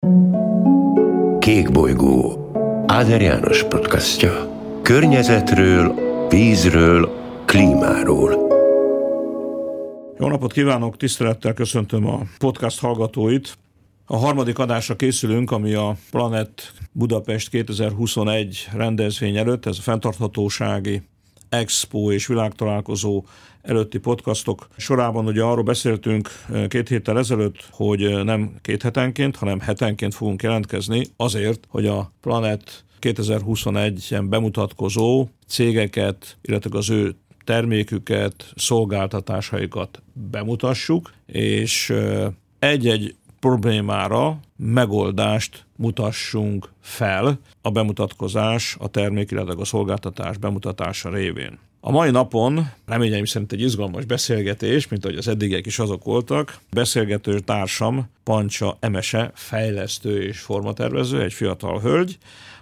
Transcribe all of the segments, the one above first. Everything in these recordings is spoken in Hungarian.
Kékbolygó, Áder János podcastja. Környezetről, vízről, klímáról. Jó napot kívánok, tisztelettel köszöntöm a podcast hallgatóit. A harmadik adásra készülünk, ami a Planet Budapest 2021 rendezvény előtt, ez a fenntarthatósági expo és világtalálkozó előtti podcastok sorában. Ugye arról beszéltünk 2 héttel ezelőtt, hogy nem 2 hetenként, hanem hetenként fogunk jelentkezni azért, hogy a Planet 2021-en bemutatkozó cégeket, illetve az ő terméküket, szolgáltatásaikat bemutassuk, és egy-egy problémára megoldást mutassunk fel a bemutatkozás, a termék, illetve a szolgáltatás bemutatása révén. A mai napon reményeim szerint egy izgalmas beszélgetés, mint ahogy az eddigiek is azok voltak. Beszélgető társam Pancsa Emese, fejlesztő és formatervező, egy fiatal hölgy,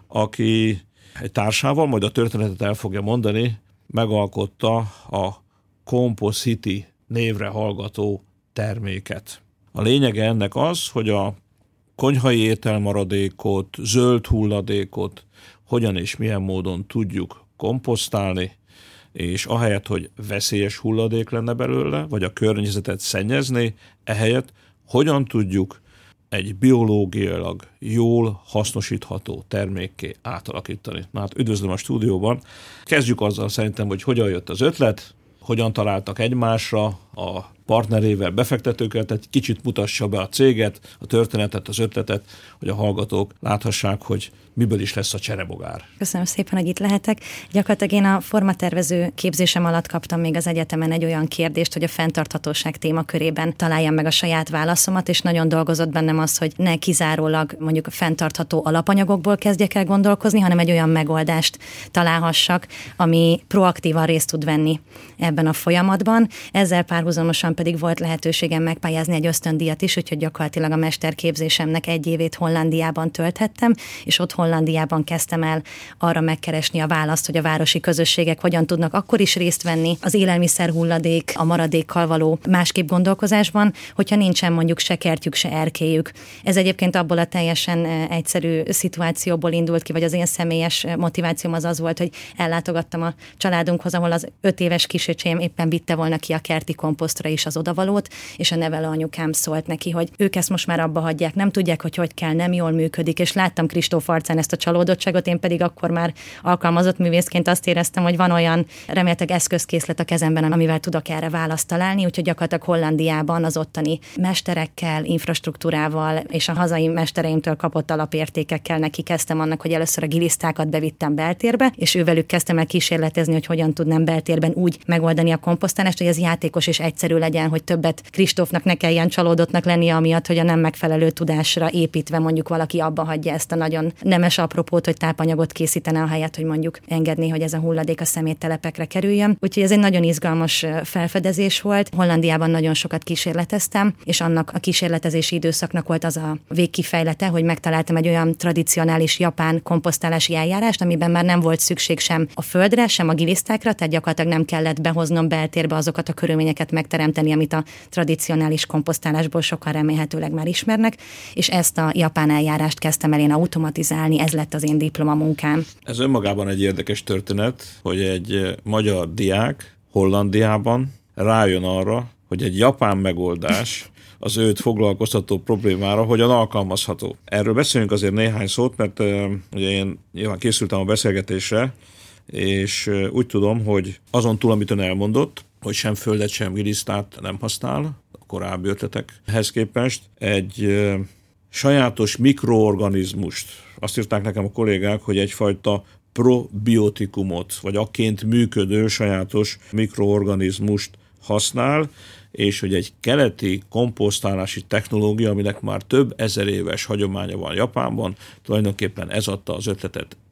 aki egy társával, majd a történetet el fogja mondani, megalkotta a Compositi névre hallgató terméket. A lényege ennek az, hogy a konyhai ételmaradékot, zöld hulladékot hogyan és milyen módon tudjuk komposztálni, és ahelyett, hogy veszélyes hulladék lenne belőle, vagy a környezetet szennyezni, ehelyett hogyan tudjuk egy biológiailag jól hasznosítható termékké átalakítani. Na hát üdvözlöm a stúdióban. Kezdjük azzal szerintem, hogy hogyan jött az ötlet, hogyan találtak egymásra, a partnerével, befektetőkkel, egy kicsit mutassa be a céget, a történetet, az ötletet, hogy a hallgatók láthassák, hogy miből is lesz a cserebogár. Köszönöm szépen, hogy itt lehetek. Gyakorlatilag én a formatervező képzésem alatt kaptam még az egyetemen egy olyan kérdést, hogy a fenntarthatóság témakörében találjam meg a saját válaszomat, és nagyon dolgozott bennem az, hogy ne kizárólag mondjuk a fenntartható alapanyagokból kezdjek el gondolkozni, hanem egy olyan megoldást találhassak, ami proaktívan részt tud venni ebben a folyamatban. Ezzel párhuzamosan pedig volt lehetőségem megpályázni egy ösztöndíjat is, úgyhogy gyakorlatilag a mesterképzésemnek 1 évét Hollandiában tölthettem, és ott Hollandiában kezdtem el arra megkeresni a választ, hogy a városi közösségek hogyan tudnak akkor is részt venni az élelmiszer hulladék, a maradékkal való másképp gondolkozásban, hogyha nincsen mondjuk se kertjük, se erkélyük. Ez egyébként abból a teljesen egyszerű szituációból indult ki, vagy az én személyes motivációm az volt, hogy ellátogattam a családunkhoz, ahol az 5 éves kisöcsém éppen vitte volna ki a kerti komposztra is az odavalót, és a nevelő anyukám szólt neki, hogy ők ezt most már abba hagyják, nem tudják, hogy kell, nem jól működik, és láttam Kristóf arcán ezt a csalódottságot, én pedig akkor már alkalmazott művészként azt éreztem, hogy van olyan remélhetőleg eszközkészlet a kezemben, amivel tudok erre választ találni, úgyhogy gyakorlatilag Hollandiában az ottani mesterekkel, infrastruktúrával és a hazai mestereimtől kapott alapértékekkel neki kezdtem annak, hogy először a gilisztákat bevittem beltérbe, és ővelük kezdtem el kísérletezni, hogy hogyan tudnám beltérben úgy megoldani a komposztálást, hogy ez játékos és egyszerű legyen, hogy többet Kristófnak ne kelljen csalódottnak lennie amiatt, hogy a nem megfelelő tudásra építve mondjuk valaki abba hagyja ezt a nagyon nemes apropót, hogy tápanyagot készítene ahelyett, hogy mondjuk engedné, hogy ez a hulladék a szeméttelepekre kerüljön. Úgyhogy ez egy nagyon izgalmas felfedezés volt. Hollandiában nagyon sokat kísérleteztem, és annak a kísérletezési időszaknak volt az a végkifejlete, hogy megtaláltam egy olyan tradicionális japán komposztálási eljárást, amiben már nem volt szükség sem a földre, sem a gilisztákra, tehát gyakorlatilag nem kellett behoznom beltérbe azokat a körülményeket megteremteni, amit a tradicionális komposztálásból sokan remélhetőleg már ismernek, és ezt a japán eljárást kezdtem el én automatizálni, ez lett az én diplomamunkám. Ez önmagában egy érdekes történet, hogy egy magyar diák Hollandiában rájön arra, hogy egy japán megoldás az őt foglalkoztató problémára hogyan alkalmazható. Erről beszélünk azért néhány szót, mert ugye én nyilván készültem a beszélgetésre, és úgy tudom, hogy azon túl, amit ön elmondott, hogy sem földet, sem gilisztát nem használ a korábbi ötletekhez képest, egy sajátos mikroorganizmust, azt írták nekem a kollégák, hogy egyfajta probiotikumot, vagy akként működő sajátos mikroorganizmust használ, és hogy egy keleti komposztálási technológia, aminek már több ezer éves hagyománya van Japánban, tulajdonképpen ez adta az ötletet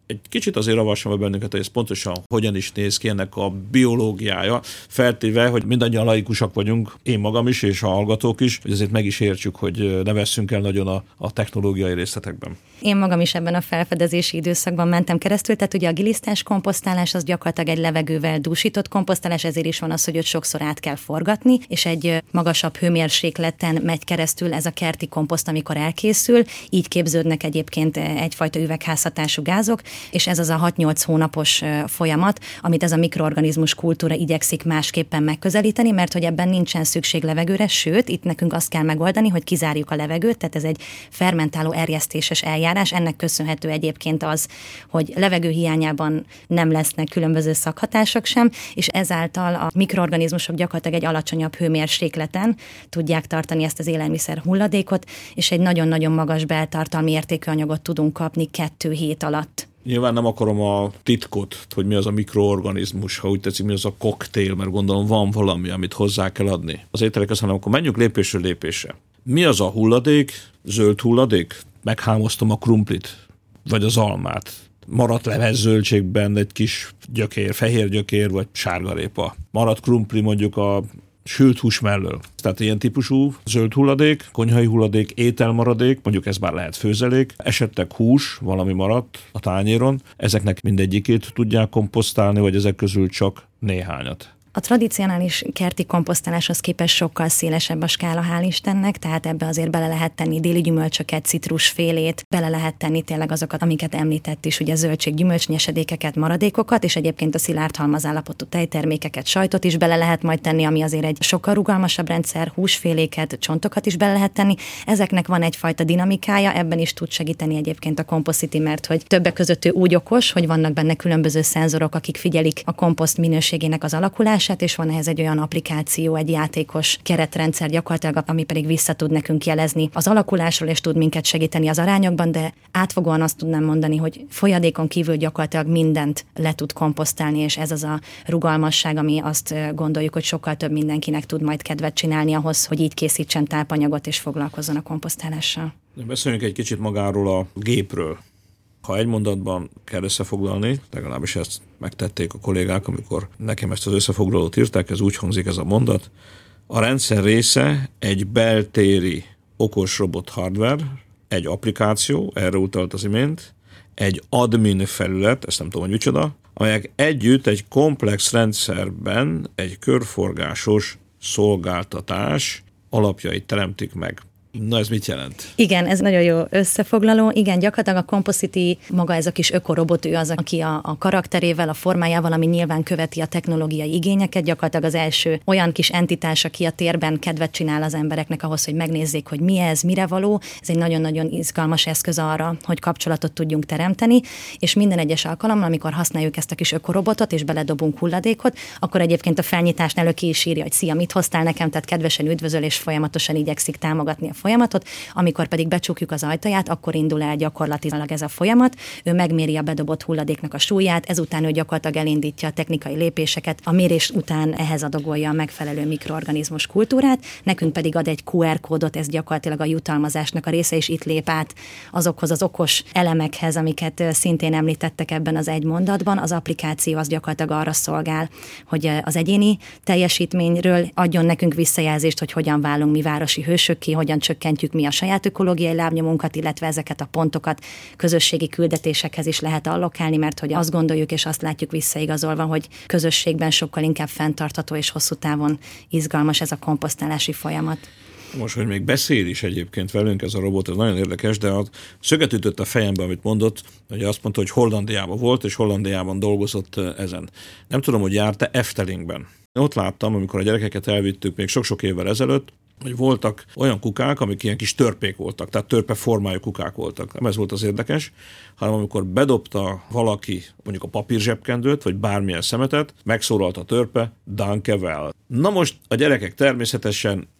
egy kicsit azért avassam be bennünket, hogy ez pontosan hogyan is néz ki ennek a biológiája, feltéve, hogy mindannyian laikusak vagyunk, én magam is, és a hallgatók is, hogy ezért meg is értsük, hogy ne vesszünk el nagyon a technológiai részletekben. Én magam is ebben a felfedezési időszakban mentem keresztül, tehát ugye a gilisztás komposztálás az gyakorlatilag egy levegővel dúsított komposztálás, ezért is van az, hogy ott sokszor át kell forgatni, és egy magasabb hőmérsékleten megy keresztül ez a kerti komposzt, amikor elkészül, így képződnek egyébként egyfajta üvegházhatású gázok, és ez az a 6-8 hónapos folyamat, amit ez a mikroorganizmus kultúra igyekszik másképpen megközelíteni, mert hogy ebben nincsen szükség levegőre, sőt, itt nekünk azt kell megoldani, hogy kizárjuk a levegőt, tehát ez egy fermentáló erjesztéses eljárás, ennek köszönhető egyébként az, hogy levegő hiányában nem lesznek különböző szakhatások sem, és ezáltal a mikroorganizmusok gyakorlatilag egy alacsonyabb hőmérsékleten tudják tartani ezt az élelmiszer hulladékot, és egy nagyon-nagyon magas beltartalmi értékű anyagot tudunk kapni 2 hét alatt. Nyilván nem akarom a titkot, hogy mi az a mikroorganizmus, ha úgy tetszik, mi az a koktél, mert gondolom van valami, amit hozzá kell adni az ételekhez, hanem akkor menjünk lépésről lépésre. Mi az a hulladék? Zöld hulladék? Meghámoztam a krumplit, vagy az almát. Maradt leves zöldségben egy kis gyökér, fehér gyökér, vagy sárgarépa. Maradt krumpli mondjuk a sült hús mellől. Tehát ilyen típusú zöld hulladék, konyhai hulladék, ételmaradék, mondjuk ez már lehet főzelék, esetleg hús, valami maradt a tányéron, ezeknek mindegyikét tudják komposztálni, vagy ezek közül csak néhányat. A tradicionális kerti komposztáláshoz képest sokkal szélesebb a skála, hál' Istennek, tehát ebbe azért bele lehet tenni déli gyümölcsöket, citrusfélét, bele lehet tenni tényleg azokat, amiket említett is, ugye zöldség, gyümölcснyesedékeket, maradékokat, és egyébként a szilárd halmazállapotú tejtermékeket, sajtot is bele lehet majd tenni, ami azért egy sokkal rugalmasabb rendszer, húsféléket, csontokat is bele lehet tenni. Ezeknek van egyfajta dinamikája, ebben is tud segíteni egyébként a Compositi, mert hogy többek között ő úgy okos, hogy vannak benne különböző szenzorok, akik figyelik a komposzt minőségének az alakulását, és van ehhez egy olyan applikáció, egy játékos keretrendszer gyakorlatilag, ami pedig vissza tud nekünk jelezni az alakulásról, és tud minket segíteni az arányokban, de átfogóan azt tudnám mondani, hogy folyadékon kívül gyakorlatilag mindent le tud komposztálni, és ez az a rugalmasság, ami azt gondoljuk, hogy sokkal több mindenkinek tud majd kedvet csinálni ahhoz, hogy így készítsen tápanyagot és foglalkozzon a komposztálással. Beszéljünk egy kicsit magáról a gépről. Ha egy mondatban kell összefoglalni, legalábbis ezt megtették a kollégák, amikor nekem ezt az összefoglalót írták, ez úgy hangzik ez a mondat. A rendszer része egy beltéri okos robot hardware, egy applikáció, erre utalt az imént, egy admin felület, ezt nem tudom, hogy micsoda, amelyek együtt egy komplex rendszerben egy körforgásos szolgáltatás alapjait teremtik meg. Na ez mit jelent? Igen, ez nagyon jó összefoglaló. Igen, gyakorlatilag a Compositi maga ez a kis ökorobot, ő az, aki a karakterével, a formájával, ami nyilván követi a technológiai igényeket, gyakorlatilag az első olyan kis entitás, aki a térben kedvet csinál az embereknek ahhoz, hogy megnézzék, hogy mi ez, mire való. Ez egy nagyon-nagyon izgalmas eszköz arra, hogy kapcsolatot tudjunk teremteni, és minden egyes alkalommal, amikor használjuk ezt a kis ökorobotot, és beledobunk hulladékot, akkor egyébként a felnyitásnál ő ki is írja, hogy szia, mit hoztál nekem, tehát kedvesen üdvözöl, és folyamatosan igyekszik támogatni a folyamatot, amikor pedig becsukjuk az ajtaját, akkor indul el gyakorlatilag ez a folyamat. Ő megméri a bedobott hulladéknak a súlyát, ezután ő gyakorlatilag elindítja a technikai lépéseket, a mérés után ehhez adagolja a megfelelő mikroorganizmus kultúrát, nekünk pedig ad egy QR kódot, ez gyakorlatilag a jutalmazásnak a része, és itt lép át azokhoz az okos elemekhez, amiket szintén említettek ebben az egy mondatban. Az applikáció az gyakorlatilag arra szolgál, hogy az egyéni teljesítményről adjon nekünk visszajelzést, hogy hogyan válunk mi városi hősökké, hogyan csökkentjük mi a saját ökológiai lábnyomunkat, illetve ezeket a pontokat közösségi küldetésekhez is lehet allokálni, mert hogy azt gondoljuk és azt látjuk visszaigazolva, hogy közösségben sokkal inkább fenntartható és hosszú távon izgalmas ez a komposztálási folyamat. Most, hogy még beszél is egyébként velünk ez a robot, ez nagyon érdekes, de szöget ütött a fejembe, amit mondott, hogy azt mondta, hogy Hollandiában volt, és Hollandiában dolgozott ezen. Nem tudom, hogy járt-e Eftelingben. Ott láttam, amikor a gyerekeket elvittük még sok-sok évvel ezelőtt, hogy voltak olyan kukák, amik ilyen kis törpék voltak, tehát törpe formájú kukák voltak. Nem ez volt az érdekes, hanem amikor bedobta valaki mondjuk a papírzsebkendőt, vagy bármilyen szemetet, megszólalt a törpe, danke well. Na most a gyerekek természetesen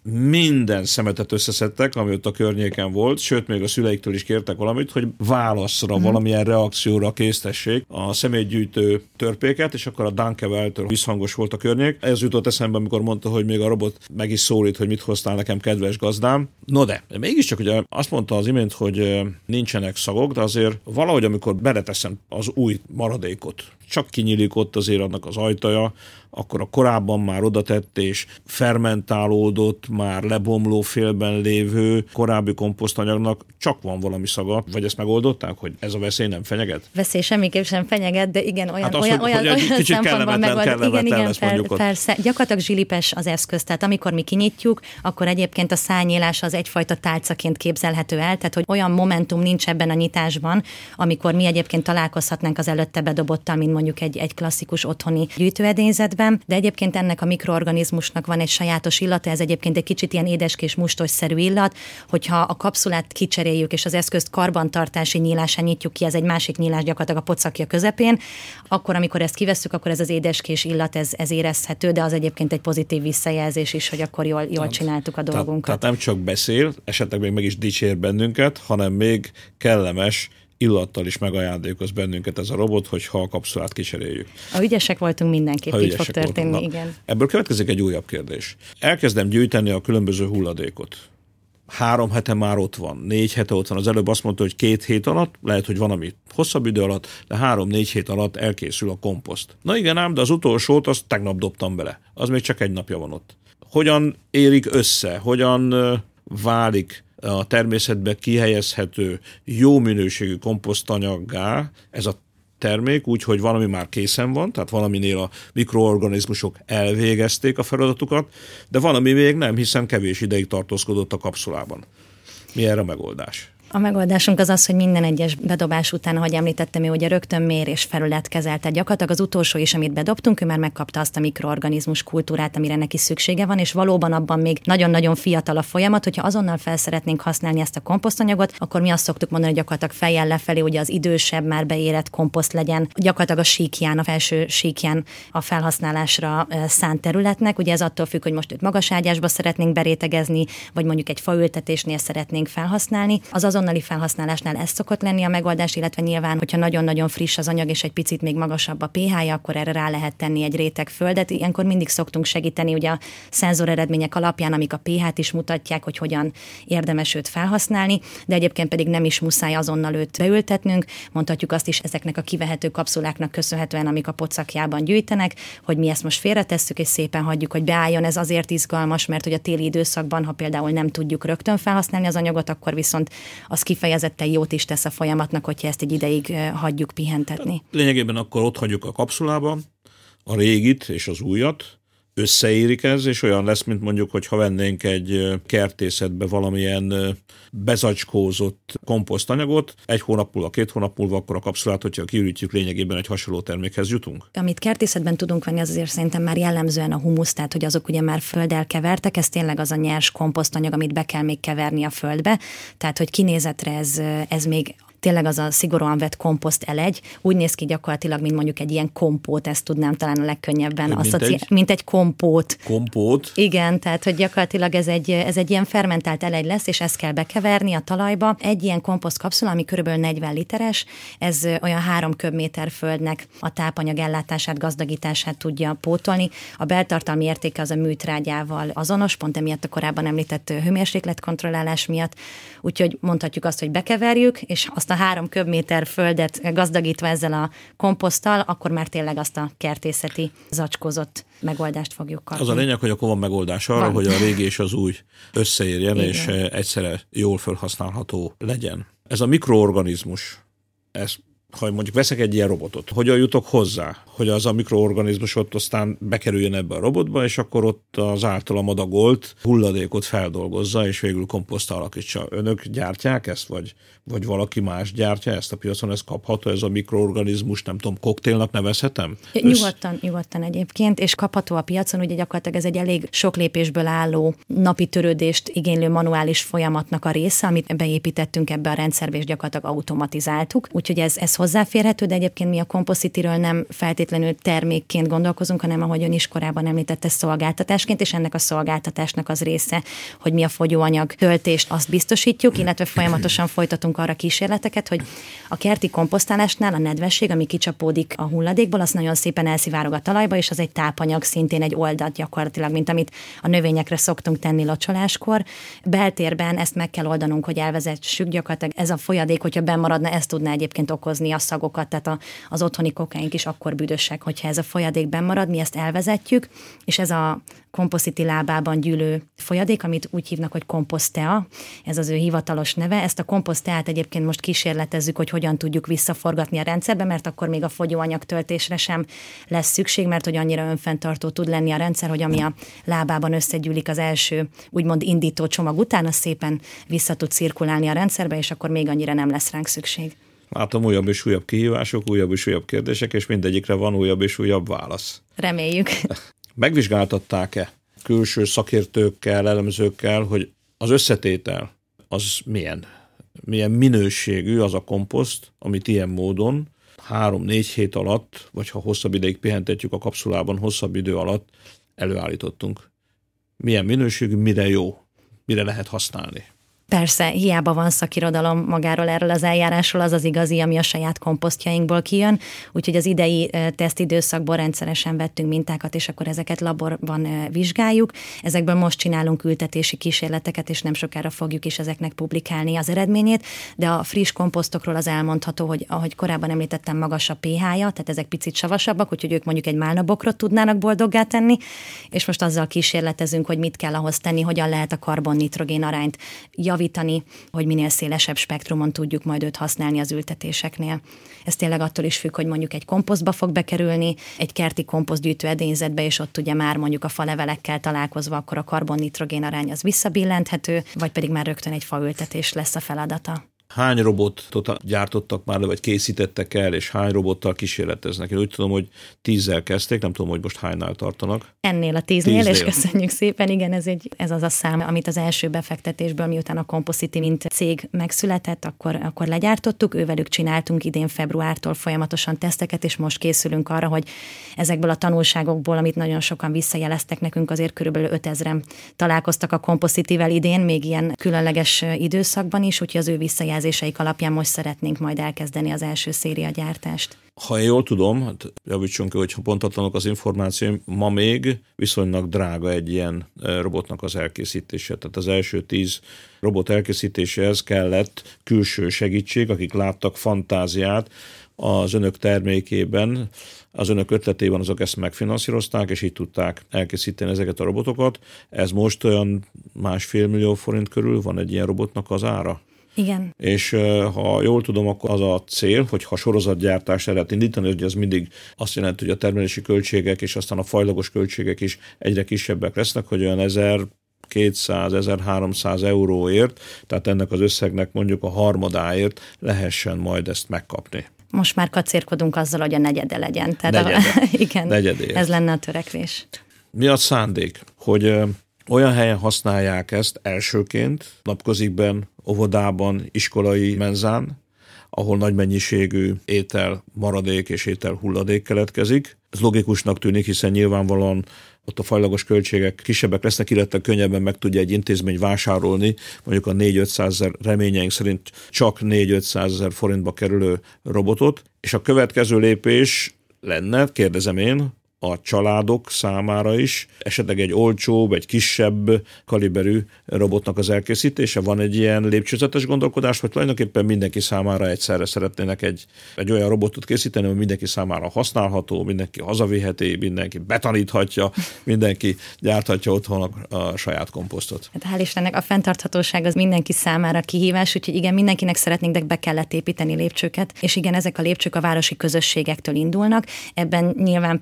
minden szemetet összeszedtek, ami ott a környéken volt, sőt, még a szüleiktől is kértek valamit, hogy válaszra, valamilyen reakcióra késztessék a szemétgyűjtő törpéket, és akkor a Danke-től visszhangos volt a környék. Ez jutott eszembe, amikor mondta, hogy még a robot meg is szólít, hogy mit hoztál nekem, kedves gazdám. No de mégiscsak ugye azt mondta az imént, hogy nincsenek szagok, de azért valahogy, amikor beleteszem az új maradékot, csak kinyílik ott azért annak az ajtaja, akkor a korábban már odatett és fermentálódott, már lebomló félben lévő korábbi komposztanyagnak csak van valami szaga, vagy ezt megoldották, hogy ez a veszély nem fenyeget? Veszély semmiképp sem fenyeget, de igen, olyan, hát az, olyan kicsit kellemetlen lesz mondjuk ott. Persze, gyakorlatilag zsilipes az eszköz, tehát amikor mi kinyitjuk, akkor egyébként a szárnyílás az egyfajta tálcaként képzelhető el, tehát hogy olyan momentum nincs ebben a nyitásban, amikor mi egyébként találkozhatnánk az előtte bedobottal, mint mondjuk egy klasszikus otthoni gyűjtőedényzetben, de egyébként ennek a mikroorganizmusnak van egy sajátos illata, ez egyébként egy kicsit ilyen édeskés mustosszerű illat, hogyha a kapszulát kicseréljük és az eszközt karbantartási nyílásán nyitjuk ki, ez egy másik nyílás gyakorlatilag a pocakja közepén, akkor amikor ezt kivesszük, akkor ez az édeskés illat, ez érezhető, de az egyébként egy pozitív visszajelzés is, hogy akkor jól csináltuk a dolgunkat. Tehát nem csak beszél, esetleg még meg is dicsér bennünket, hanem még kellemes illattal is megajándékoz bennünket ez a robot, hogyha a kapszulát kicseréljük. Ha ügyesek voltunk, mindenképp így fog történni, igen. Ebből következik egy újabb kérdés. Elkezdem gyűjteni a különböző hulladékot. 3 hete már ott van, 4 hete ott van. Az előbb azt mondta, hogy 2 hét alatt, lehet, hogy van, ami hosszabb idő alatt, de 3-4 hét alatt elkészül a komposzt. Na igen ám, de az utolsót azt tegnap dobtam bele. Az még csak 1 napja van ott. Hogyan érik össze? Hogyan válik a természetbe kihelyezhető, jó minőségű komposztanyaggá ez a termék, úgyhogy valami már készen van, tehát valaminél a mikroorganizmusok elvégezték a feladatukat, de valami még nem, hiszen kevés ideig tartózkodott a kapszulában. Mi erre a megoldás? A megoldásunk az az, hogy minden egyes bedobás után, ahogy említettem, ő ugye rögtön mér és felület kezelt. Tehát gyakorlatilag az utolsó is, amit bedobtunk, ő már megkapta azt a mikroorganizmus kultúrát, amire neki szüksége van, és valóban abban még nagyon-nagyon fiatal a folyamat, hogyha azonnal fel szeretnénk használni ezt a komposztanyagot, akkor mi azt szoktuk mondani, hogy gyakorlatilag fejjel lefelé, ugye az idősebb, már beérett komposzt legyen, gyakorlatilag a síkján, a felső síkján a felhasználásra szánt területnek. Ugye ez attól függ, hogy most őt magas ágyásba szeretnénk berétegezni, vagy mondjuk egy faültetésnél szeretnénk felhasználni. Az azonnali felhasználásnál ez szokott lenni a megoldás, illetve nyilván, hogyha nagyon-nagyon friss az anyag és egy picit még magasabb a pH-ja, akkor erre rá lehet tenni egy réteg földet. Ilyenkor mindig szoktunk segíteni ugye a szenzor eredmények alapján, amik a pH-t is mutatják, hogy hogyan érdemes őt felhasználni, de egyébként pedig nem is muszáj azonnal őt beültetnünk. Mondhatjuk azt is ezeknek a kivehető kapszuláknak köszönhetően, amik a pocakjában gyűjtenek, hogy mi ezt most félretesszük és szépen hagyjuk, hogy beálljon. Ez azért izgalmas, mert hogy a téli időszakban, ha például nem tudjuk rögtön felhasználni az anyagot, akkor viszont az kifejezetten jót is tesz a folyamatnak, hogyha ezt egy ideig hagyjuk pihentetni. Lényegében akkor ott hagyjuk a kapszulában a régit és az újat, összeérik ez, és olyan lesz, mint mondjuk, hogy ha vennénk egy kertészetbe valamilyen bezacskózott komposztanyagot, 1 hónap múlva, 2 hónap múlva, akkor a kapszulát, hogyha kiürítjük, lényegében egy hasonló termékhez jutunk. Amit kertészetben tudunk venni, az azért szerintem már jellemzően a humusz, tehát hogy azok ugye már földdel kevertek, ez tényleg az a nyers komposztanyag, amit be kell még keverni a földbe, tehát hogy kinézetre ez még tényleg az a szigorúan vett komposzt elegy, úgy néz ki gyakorlatilag, mint mondjuk egy ilyen kompót, ezt tudnám talán a legkönnyebben mint egy kompót. Kompót? Igen, tehát hogy gyakorlatilag ez egy ilyen fermentált elegy lesz, és ezt kell bekeverni a talajba. Egy ilyen komposzt kapszula, ami körülbelül 40 literes, ez olyan 3 köbméter földnek a tápanyag ellátását, gazdagítását tudja pótolni. A beltartalmi értéke az a műtrágyával azonos, pont emiatt a korábban említett hőmérsékletkontrollálás miatt. Úgyhogy mondhatjuk azt, hogy bekeverjük, és azt a 3 köbméter földet gazdagítva ezzel a komposzttal, akkor már tényleg azt a kertészeti zacskózott megoldást fogjuk kapni. Az a lényeg, hogy akkor van megoldás arra, hogy a régi és az új összeérjen, igen, és egyszerre jól felhasználható legyen. Ez a mikroorganizmus, ez, ha mondjuk veszek egy ilyen robotot, hogyan jutok hozzá, hogy az a mikroorganizmus ott aztán bekerüljön ebbe a robotba, és akkor ott az általam adagolt hulladékot feldolgozza, és végül komposztá alakítsa. Önök gyártják ezt, vagy valaki más gyártja ezt a piacon, ez kapható, ez a mikroorganizmus, nem tudom, koktélnak nevezhetem? Nyugodtan egyébként, és kapható a piacon, ugye gyakorlatilag ez egy elég sok lépésből álló napi törődést igénylő manuális folyamatnak a része, amit beépítettünk ebbe a rendszerbe, és gyakorlatilag automatizáltuk. Úgyhogy ez hozzáférhető, de egyébként mi a Compositiről nem feltétlenül termékként gondolkozunk, hanem ahogy ön is korábban említette, szolgáltatásként, és ennek a szolgáltatásnak az része, hogy mi a fogyóanyag töltést, azt biztosítjuk, illetve folyamatosan folytatunk arra kísérleteket, hogy a kerti komposztálásnál a nedvesség, ami kicsapódik a hulladékból, az nagyon szépen elszivárog a talajba, és az egy tápanyag, szintén egy oldat gyakorlatilag, mint amit a növényekre szoktunk tenni locsoláskor. Beltérben ezt meg kell oldanunk, hogy elvezessük gyakorlatilag. Ez a folyadék, hogyha bennmaradna, ez tudná egyébként okozni a szagokat, tehát az otthoni kokáink is akkor büdösek, hogyha ez a folyadék bennmarad, mi ezt elvezetjük, és ez a Compositi lábában gyűlő folyadék, amit úgy hívnak, hogy komposztea, ez az ő hivatalos neve. Ezt a komposzteát egyébként most kísérletezzük, hogy hogyan tudjuk visszaforgatni a rendszerbe, mert akkor még a fogyóanyag töltésre sem lesz szükség, mert hogy annyira önfenntartó tud lenni a rendszer, hogy ami a lábában összegyűlik az első úgymond indító csomag után, az szépen vissza tud cirkulálni a rendszerbe, és akkor még annyira nem lesz ránk szükség. Látom újabb és újabb kihívások, újabb és újabb kérdések, és mindegyikre van újabb és újabb válasz. Reméljük. Megvizsgáltatták-e külső szakértőkkel, elemzőkkel, hogy az összetétel az milyen minőségű az a komposzt, amit ilyen módon 3-4 hét alatt, vagy ha hosszabb ideig pihentetjük a kapszulában, hosszabb idő alatt előállítottunk. Milyen minőségű, mire jó, mire lehet használni. Persze, hiába van szakirodalom magáról erről az eljárásról, az az igazi, ami a saját komposztjainkból kijön, úgyhogy az idei tesztidőszakból rendszeresen vettünk mintákat, és akkor ezeket laborban vizsgáljuk. Ezekből most csinálunk ültetési kísérleteket, és nem sokára fogjuk is ezeknek publikálni az eredményét, de a friss komposztokról az elmondható, hogy ahogy korábban említettem, magas a pH-ja, tehát ezek picit savasabbak, úgyhogy ők mondjuk egy málnabokrot tudnának boldoggá tenni, és most azzal kísérletezünk, hogy mit kell ahhoz tenni, hogyan lehet a karbon-nitrogén arányt javítani, hogy minél szélesebb spektrumon tudjuk majd őt használni az ültetéseknél. Ez tényleg attól is függ, hogy mondjuk egy komposztba fog bekerülni, egy kerti komposztgyűjtő edényzetbe, és ott ugye már mondjuk a falevelekkel találkozva, akkor a karbon-nitrogén arány az visszabillenthető, vagy pedig már rögtön egy faültetés lesz a feladata. Hány robotot gyártottak már, vagy készítettek el, és hány robottal kísérleteznek? Én úgy tudom, hogy 10-zel kezdték, nem tudom, hogy most hánynál tartanak. Ennél a 10-nél, és köszönjük szépen, igen, ez az a szám, amit az első befektetésből, miután a Compositi mint cég megszületett, akkor legyártottuk, ővelük csináltunk idén februártól folyamatosan teszteket, és most készülünk arra, hogy ezekből a tanulságokból, amit nagyon sokan visszajeleztek nekünk, azért körülbelül 5000-en találkoztak a Compositivel idén, még ilyen különleges időszakban is, úgyhogy az ő visszajelzéseik alapján most szeretnénk majd elkezdeni az első szériagyártást. Ha én jól tudom, javítsunk ki, hogyha pontatlanok az információim, ma még viszonylag drága egy ilyen robotnak az elkészítése. Tehát az első 10 robot elkészítéséhez kellett külső segítség, akik láttak fantáziát az önök termékében, az önök ötletében, azok ezt megfinanszírozták, és így tudták elkészíteni ezeket a robotokat. Ez most olyan 1,5 millió forint körül van egy ilyen robotnak az ára? Igen. És ha jól tudom, akkor az a cél, hogy ha sorozatgyártást el lehet indítani, hogy az mindig azt jelenti, hogy a termelési költségek és aztán a fajlagos költségek is egyre kisebbek lesznek, hogy olyan 1200-1300 euróért, tehát ennek az összegnek mondjuk a harmadáért lehessen majd ezt megkapni. Most már kacérkodunk azzal, hogy a negyede legyen. Igen, negyedéért. Ez lenne a törekvés. Mi a szándék? Hogy olyan helyen használják ezt elsőként, napközikben, óvodában, iskolai menzán, ahol nagy mennyiségű étel maradék és étel hulladék keletkezik. Ez logikusnak tűnik, hiszen nyilvánvalóan ott a fajlagos költségek kisebbek lesznek, illetve könnyebben meg tudja egy intézmény vásárolni, mondjuk a 4-500 ezer, reményeink szerint csak 4-500 ezer forintba kerülő robotot, és a következő lépés lenne, kérdezem én, a családok számára is, esetleg egy olcsóbb, egy kisebb kaliberű robotnak az elkészítése. Van egy ilyen lépcsőzetes gondolkodás, vagy tulajdonképpen mindenki számára egyszerre szeretnének egy olyan robotot készíteni, hogy mindenki számára használható, mindenki hazaviheti, mindenki betaníthatja, mindenki gyárthatja otthon a saját komposztot. Hát hál' Istennek a fenntarthatóság az mindenki számára kihívás, úgyhogy igen, mindenkinek szeretnénk, de be kellett építeni lépcsőket, és igen, ezek a lépcsők a városi közösségektől indulnak. Ebben nyilván prioritás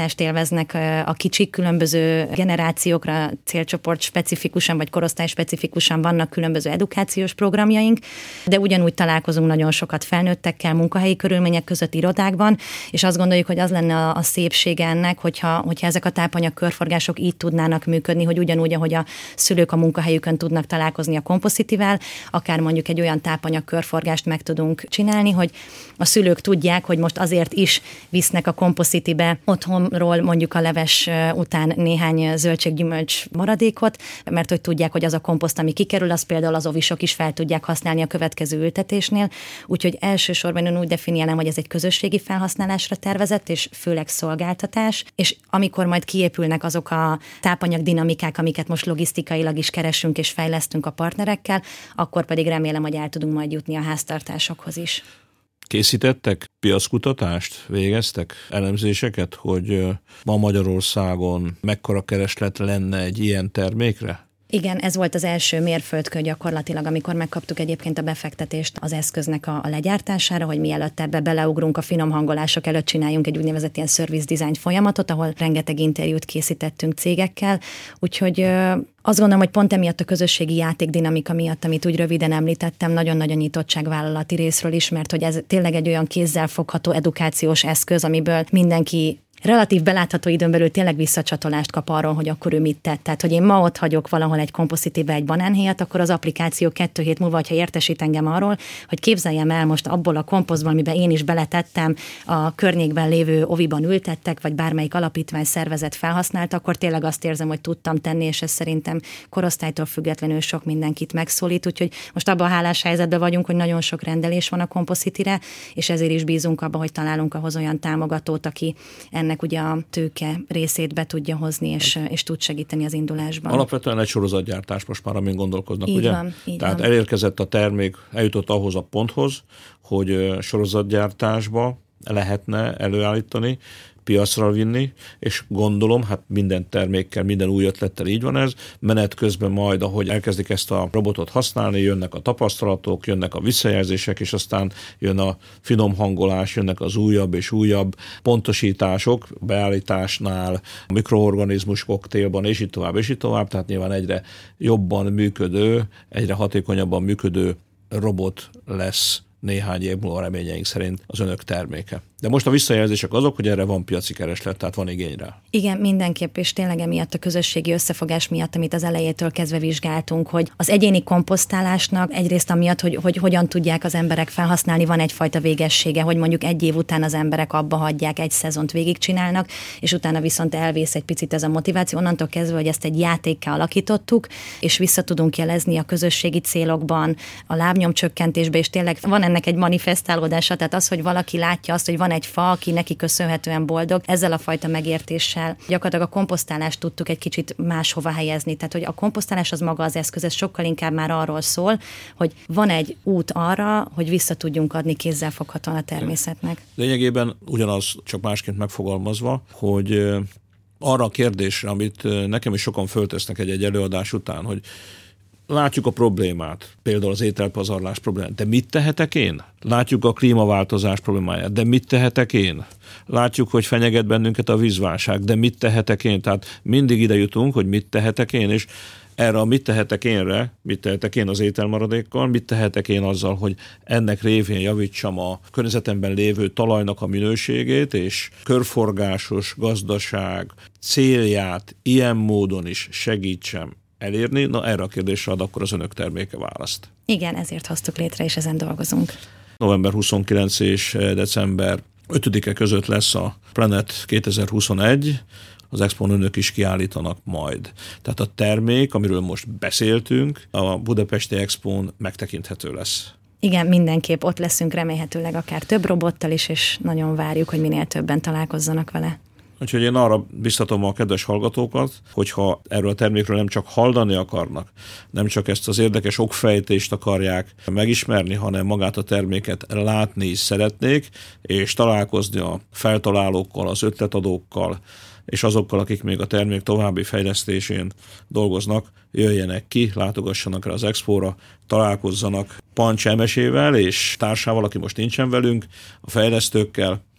támogatást élveznek a kicsik, különböző generációkra, célcsoport specifikusan vagy korosztály specifikusan vannak különböző edukációs programjaink, de ugyanúgy találkozunk nagyon sokat felnőttekkel, munkahelyi körülmények között irodákban, és azt gondoljuk, hogy az lenne a szépsége ennek, hogyha ezek a tápanyag körforgások így tudnának működni, hogy ugyanúgy, ahogy a szülők a munkahelyükön tudnak találkozni a Compositivel, akár mondjuk egy olyan tápanyag körforgást meg tudunk csinálni, hogy a szülők tudják, hogy most azért is visznek a Compositibe otthonról mondjuk a leves után néhány zöldséggyümölcs maradékot, mert hogy tudják, hogy az a komposzt, ami kikerül, az például az ovisok is fel tudják használni a következő ültetésnél. Úgyhogy elsősorban én úgy definiálom, hogy ez egy közösségi felhasználásra tervezett, és főleg szolgáltatás, és amikor majd kiépülnek azok a tápanyag dinamikák, amiket most logisztikailag is keresünk és fejlesztünk a partnerekkel, akkor pedig remélem, hogy el tudunk majd jutni a háztartásokhoz is. Készítettek piackutatást, végeztek elemzéseket, hogy ma Magyarországon mekkora kereslet lenne egy ilyen termékre? Igen, ez volt az első mérföldkő gyakorlatilag, amikor megkaptuk egyébként a befektetést az eszköznek a legyártására, hogy mielőtt ebbe beleugrunk a finom hangolások előtt, csináljunk egy úgynevezett ilyen service design folyamatot, ahol rengeteg interjút készítettünk cégekkel, úgyhogy azt gondolom, hogy pont emiatt a közösségi játékdinamika miatt, amit úgy röviden említettem, nagyon-nagyon nyitottság vállalati részről is, mert hogy ez tényleg egy olyan kézzelfogható edukációs eszköz, amiből mindenki relatív belátható időn belül tényleg visszacsatolást kap arról, hogy akkor ő mit tett. Tehát, hogy én ma ott hagyok valahol egy Compositibe egy banánhéjat, akkor az applikáció 2 hét múlva, hogyha értesít engem arról, hogy képzeljem el most abból a komposztból, amiben én is beletettem, a környékben lévő oviban ültettek, vagy bármelyik alapítvány szervezet felhasznált, akkor tényleg azt érzem, hogy tudtam tenni, és ez szerintem korosztálytól függetlenül sok mindenkit megszólít. Úgyhogy most abban a hálás helyzetben vagyunk, hogy nagyon sok rendelés van a Compositire, és ezért is bízunk abban, hogy találunk ahhoz olyan támogatót, aki ennek ugye a tőke részét be tudja hozni, és tud segíteni az indulásban. Alapvetően egy sorozatgyártás most már, amin gondolkoznak, így ugye? Van, Tehát elérkezett a termék, eljutott ahhoz a ponthoz, hogy sorozatgyártásba lehetne előállítani, piacra vinni, és gondolom, hát minden termékkel, minden új ötlettel így van ez, menet közben majd, ahogy elkezdik ezt a robotot használni, jönnek a tapasztalatok, jönnek a visszajelzések, és aztán jön a finom hangolás, jönnek az újabb és újabb pontosítások beállításnál, a mikroorganizmus koktélban, és így tovább, tehát nyilván egyre jobban működő, egyre hatékonyabban működő robot lesz néhány év múlva reményeink szerint az önök terméke. De most a visszajelzések azok, hogy erre van piaci kereslet, tehát van igény rá. Igen, mindenképp, és tényleg emiatt a közösségi összefogás miatt, amit az elejétől kezdve vizsgáltunk, hogy az egyéni komposztálásnak egyrészt amiatt, hogy hogyan tudják az emberek felhasználni, van egyfajta végessége, hogy mondjuk egy év után az emberek abba hagyják, egy szezont végigcsinálnak, és utána viszont elvész egy picit ez a motiváció. Onnantól kezdve, hogy ezt egy játékká alakítottuk, és vissza tudunk jelezni a közösségi célokban, a lábnyomcsökkentésbe, és tényleg van ennek egy manifestálódása, tehát az, hogy valaki látja azt, hogy van egy fa, aki neki köszönhetően boldog, ezzel a fajta megértéssel gyakorlatilag a komposztálást tudtuk egy kicsit máshova helyezni. Tehát, hogy a komposztálás az maga az eszköz, ez sokkal inkább már arról szól, hogy van egy út arra, hogy vissza tudjunk adni kézzelfoghatóan a természetnek. Lényegében ugyanaz, csak másként megfogalmazva, hogy arra a kérdésre, amit nekem is sokan föltesznek egy előadás után, hogy látjuk a problémát, például az ételpazarlás problémát, de mit tehetek én? Látjuk a klímaváltozás problémáját, de mit tehetek én? Látjuk, hogy fenyeget bennünket a vízválság, de mit tehetek én? Tehát mindig ide jutunk, hogy mit tehetek én, és erre a mit tehetek énre, mit tehetek én az ételmaradékkal, mit tehetek én azzal, hogy ennek révén javítsam a környezetemben lévő talajnak a minőségét, és körforgásos gazdaság célját ilyen módon is segítsem elérni. Na erre a kérdésre ad akkor az önök terméke választ. Igen, ezért hoztuk létre, és ezen dolgozunk. November 29 és december 5-e között lesz a Planet 2021, az Expón önök is kiállítanak majd. Tehát a termék, amiről most beszéltünk, a Budapesti Expón megtekinthető lesz. Igen, mindenképp ott leszünk, remélhetőleg akár több robottal is, és nagyon várjuk, hogy minél többen találkozzanak vele. Úgyhogy én arra biztatom a kedves hallgatókat, hogyha erről a termékről nem csak hallani akarnak, nem csak ezt az érdekes okfejtést akarják megismerni, hanem magát a terméket látni is szeretnék, és találkozni a feltalálókkal, az ötletadókkal, és azokkal, akik még a termék további fejlesztésén dolgoznak, jöjjenek ki, látogassanak el az Expóra, találkozzanak Pancs Emesével és társával, aki most nincsen velünk, a fejlesztőkkel,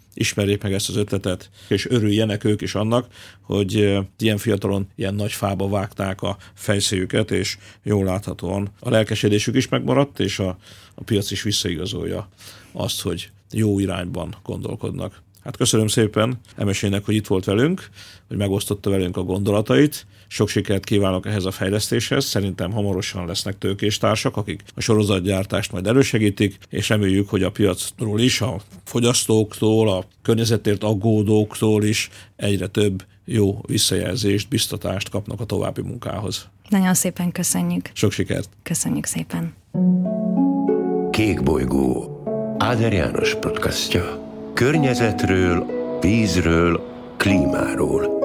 ismerjék meg ezt az ötletet, és örüljenek ők is annak, hogy ilyen fiatalon ilyen nagy fába vágták a fejszéjüket, és jól láthatóan a lelkesedésük is megmaradt, és a piac is visszaigazolja azt, hogy jó irányban gondolkodnak. Hát köszönöm szépen Emesének, hogy itt volt velünk, hogy megosztotta velünk a gondolatait. Sok sikert kívánok ehhez a fejlesztéshez. Szerintem hamarosan lesznek tőkéstársak, akik a sorozatgyártást majd elősegítik, és reméljük, hogy a piacról is, a fogyasztóktól, a környezetért aggódóktól is egyre több jó visszajelzést, biztatást kapnak a további munkához. Nagyon szépen köszönjük. Sok sikert. Köszönjük szépen. Kék bolygó. Áder János podcastja. Környezetről, vízről, klímáról.